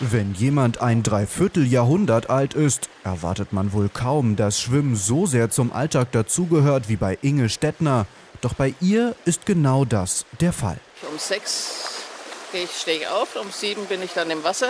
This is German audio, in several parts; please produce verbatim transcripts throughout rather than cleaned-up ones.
Wenn jemand ein Dreivierteljahrhundert alt ist, erwartet man wohl kaum, dass Schwimmen so sehr zum Alltag dazugehört wie bei Inge Stettner. Doch bei ihr ist genau das der Fall. Um sechs stehe ich auf, um sieben bin ich dann im Wasser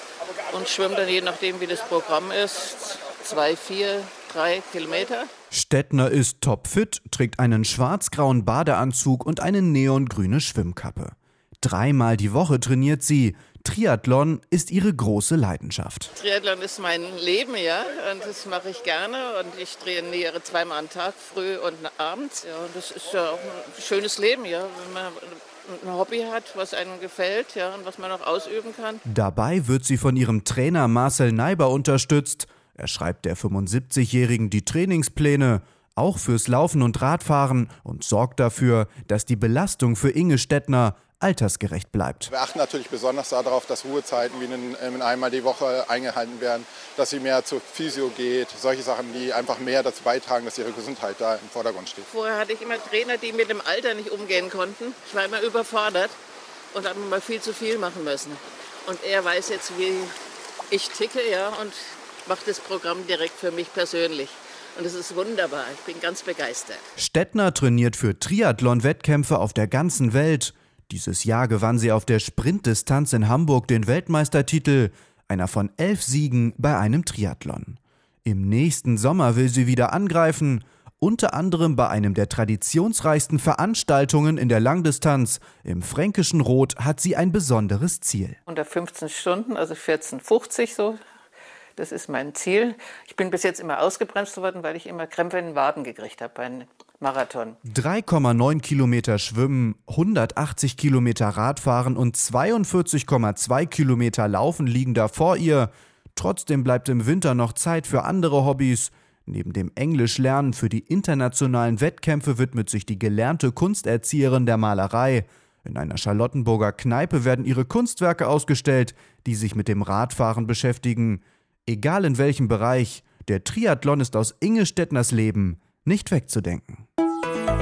und schwimme dann, je nachdem wie das Programm ist, zwei, vier, drei Kilometer. Stettner ist topfit, trägt einen schwarz-grauen Badeanzug und eine neongrüne Schwimmkappe. Dreimal die Woche trainiert sie. Triathlon ist ihre große Leidenschaft. Triathlon ist mein Leben, ja, und das mache ich gerne. Und ich trainiere zweimal am Tag, früh und abends. Ja, und das ist ja auch ein schönes Leben, ja, wenn man ein Hobby hat, was einem gefällt, ja, und was man auch ausüben kann. Dabei wird sie von ihrem Trainer Marcel Neiber unterstützt. Er schreibt der fünfundsiebzigjährigen die Trainingspläne, auch fürs Laufen und Radfahren, und sorgt dafür, dass die Belastung für Inge Stettner altersgerecht bleibt. Wir achten natürlich besonders darauf, dass Ruhezeiten wie in einmal die Woche eingehalten werden, dass sie mehr zur Physio geht, solche Sachen, die einfach mehr dazu beitragen, dass ihre Gesundheit da im Vordergrund steht. Vorher hatte ich immer Trainer, die mit dem Alter nicht umgehen konnten. Ich war immer überfordert und habe immer viel zu viel machen müssen. Und er weiß jetzt, wie ich ticke, ja, und macht das Programm direkt für mich persönlich. Und es ist wunderbar, ich bin ganz begeistert. Stettner trainiert für Triathlon-Wettkämpfe auf der ganzen Welt. Dieses Jahr gewann sie auf der Sprintdistanz in Hamburg den Weltmeistertitel, einer von elf Siegen bei einem Triathlon. Im nächsten Sommer will sie wieder angreifen, unter anderem bei einem der traditionsreichsten Veranstaltungen in der Langdistanz. Im Fränkischen Rot hat sie ein besonderes Ziel. Unter fünfzehn Stunden, also vierzehn fünfzig so. Das ist mein Ziel. Ich bin bis jetzt immer ausgebremst worden, weil ich immer Krämpfe in den Waden gekriegt habe bei einem Marathon. drei Komma neun Kilometer Schwimmen, hundertachtzig Kilometer Radfahren und zweiundvierzig Komma zwei Kilometer Laufen liegen da vor ihr. Trotzdem bleibt im Winter noch Zeit für andere Hobbys. Neben dem Englischlernen für die internationalen Wettkämpfe widmet sich die gelernte Kunsterzieherin der Malerei. In einer Charlottenburger Kneipe werden ihre Kunstwerke ausgestellt, die sich mit dem Radfahren beschäftigen. Egal in welchem Bereich, der Triathlon ist aus Inge Stettners Leben nicht wegzudenken.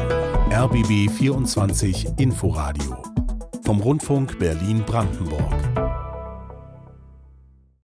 R B B vierundzwanzig Inforadio vom Rundfunk Berlin-Brandenburg.